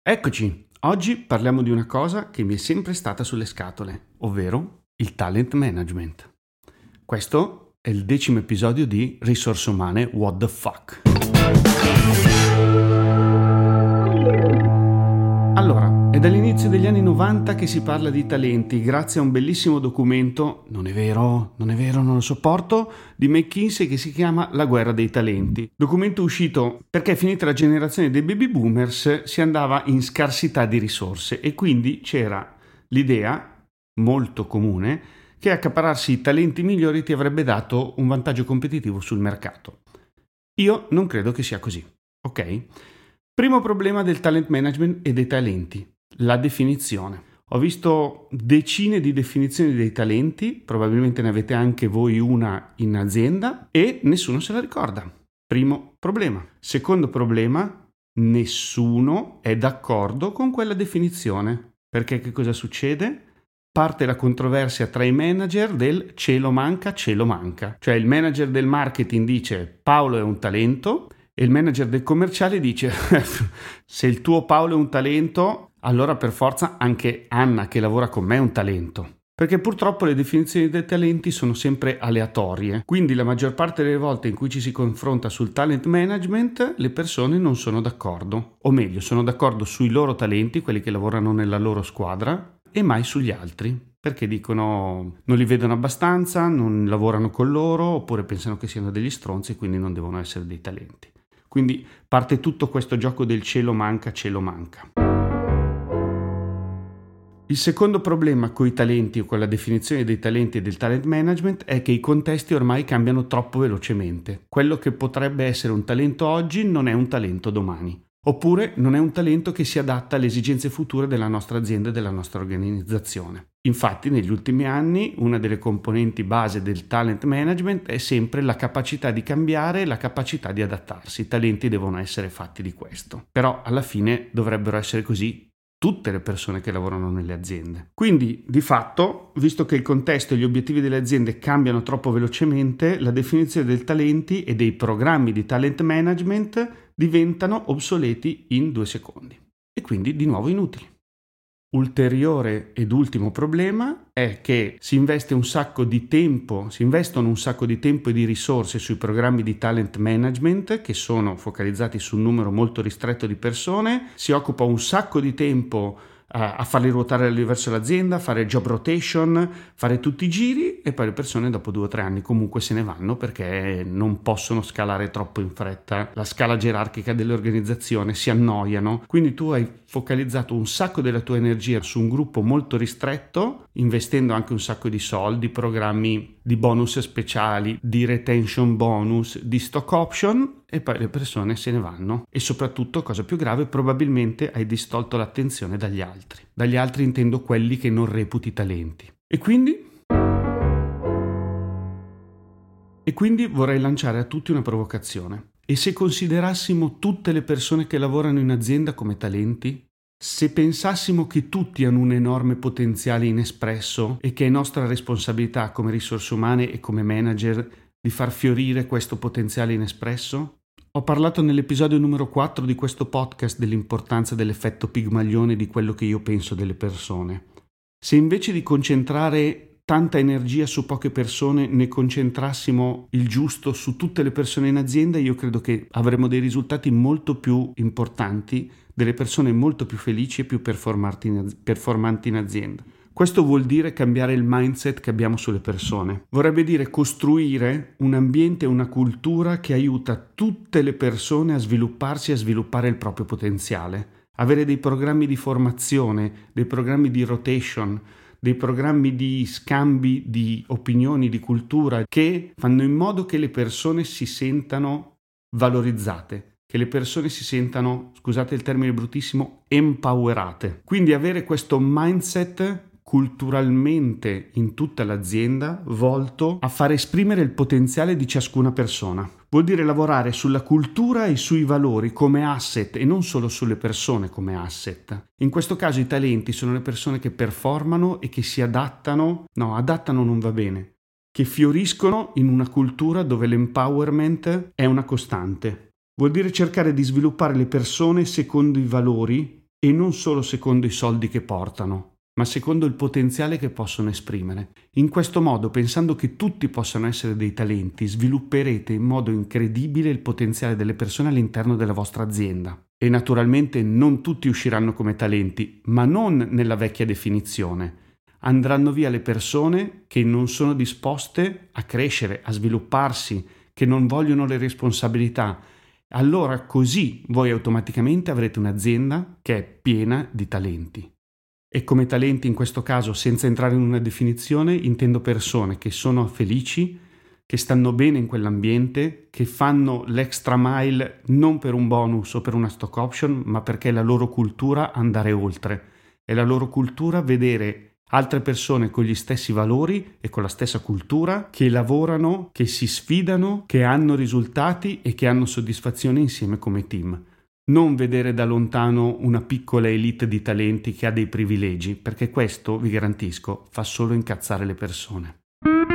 Eccoci, oggi parliamo di una cosa che mi è sempre stata sulle scatole, ovvero il talent management. Questo è il 10° episodio di Risorse Umane What the Fuck. Allora, è dall'inizio degli anni 90 che si parla di talenti grazie a un bellissimo documento, non è vero, non lo sopporto, di McKinsey che si chiama La guerra dei talenti. Documento uscito perché finita la generazione dei baby boomers si andava in scarsità di risorse e quindi c'era l'idea molto comune che accaparrarsi i talenti migliori ti avrebbe dato un vantaggio competitivo sul mercato. Io non credo che sia così, ok? Primo problema del talent management e dei talenti, la definizione. Ho visto decine di definizioni dei talenti, probabilmente ne avete anche voi una in azienda e nessuno se la ricorda. Primo problema. Secondo problema, nessuno è d'accordo con quella definizione. Perché che cosa succede? Parte la controversia tra i manager del cielo manca. Cioè il manager del marketing dice Paolo è un talento e il manager del commerciale dice se il tuo Paolo è un talento, allora per forza anche Anna che lavora con me è un talento. Perché purtroppo le definizioni dei talenti sono sempre aleatorie, quindi la maggior parte delle volte in cui ci si confronta sul talent management le persone non sono d'accordo, o meglio sono d'accordo sui loro talenti, quelli che lavorano nella loro squadra, e mai sugli altri, perché dicono non li vedono abbastanza, non lavorano con loro, oppure pensano che siano degli stronzi e quindi non devono essere dei talenti. Quindi parte tutto questo gioco del cielo manca. Il secondo problema con i talenti o con la definizione dei talenti e del talent management è che i contesti ormai cambiano troppo velocemente. Quello che potrebbe essere un talento oggi non è un talento domani. Oppure non è un talento che si adatta alle esigenze future della nostra azienda e della nostra organizzazione. Infatti, negli ultimi anni, una delle componenti base del talent management è sempre la capacità di cambiare e la capacità di adattarsi. I talenti devono essere fatti di questo. Però, alla fine, dovrebbero essere così tutte le persone che lavorano nelle aziende. Quindi, di fatto, visto che il contesto e gli obiettivi delle aziende cambiano troppo velocemente, la definizione dei talenti e dei programmi di talent management diventano obsoleti in 2 secondi e quindi di nuovo inutili. Ulteriore ed ultimo problema è che si investono un sacco di tempo e di risorse sui programmi di talent management che sono focalizzati su un numero molto ristretto di persone, si occupa un sacco di tempo a farli ruotare verso l'azienda, fare job rotation, fare tutti i giri e poi le persone dopo 2 o 3 anni comunque se ne vanno perché non possono scalare troppo in fretta la scala gerarchica dell'organizzazione, si annoiano. Quindi tu hai focalizzato un sacco della tua energia su un gruppo molto ristretto, investendo anche un sacco di soldi, programmi di bonus speciali, di retention bonus, di stock option e poi le persone se ne vanno e soprattutto, cosa più grave, probabilmente hai distolto l'attenzione dagli altri. Dagli altri intendo quelli che non reputi talenti. E quindi vorrei lanciare a tutti una provocazione. E se considerassimo tutte le persone che lavorano in azienda come talenti? Se pensassimo che tutti hanno un enorme potenziale inespresso e che è nostra responsabilità come risorse umane e come manager di far fiorire questo potenziale inespresso? Ho parlato nell'episodio numero 4 di questo podcast dell'importanza dell'effetto Pigmalione di quello che io penso delle persone. Se invece di concentrare tanta energia su poche persone ne concentrassimo il giusto su tutte le persone in azienda, io credo che avremo dei risultati molto più importanti, delle persone molto più felici e più performanti in azienda. Questo vuol dire cambiare il mindset che abbiamo sulle persone. Vorrebbe dire costruire un ambiente e una cultura che aiuta tutte le persone a svilupparsi e a sviluppare il proprio potenziale. Avere dei programmi di formazione, dei programmi di rotation, dei programmi di scambi di opinioni, di cultura che fanno in modo che le persone si sentano valorizzate, che le persone si sentano, scusate il termine bruttissimo, empowerate. Quindi avere questo mindset culturalmente in tutta l'azienda volto a far esprimere il potenziale di ciascuna persona. Vuol dire lavorare sulla cultura e sui valori come asset e non solo sulle persone come asset. In questo caso i talenti sono le persone che performano e che si adattano non va bene, che fioriscono in una cultura dove l'empowerment è una costante. Vuol dire cercare di sviluppare le persone secondo i valori e non solo secondo i soldi che portano, ma secondo il potenziale che possono esprimere. In questo modo, pensando che tutti possano essere dei talenti, svilupperete in modo incredibile il potenziale delle persone all'interno della vostra azienda. E naturalmente non tutti usciranno come talenti, ma non nella vecchia definizione. Andranno via le persone che non sono disposte a crescere, a svilupparsi, che non vogliono le responsabilità. Allora così voi automaticamente avrete un'azienda che è piena di talenti. E come talenti in questo caso, senza entrare in una definizione, intendo persone che sono felici, che stanno bene in quell'ambiente, che fanno l'extra mile non per un bonus o per una stock option, ma perché è la loro cultura andare oltre. È la loro cultura vedere altre persone con gli stessi valori e con la stessa cultura, che lavorano, che si sfidano, che hanno risultati e che hanno soddisfazione insieme come team. Non vedere da lontano una piccola elite di talenti che ha dei privilegi, perché questo, vi garantisco, fa solo incazzare le persone.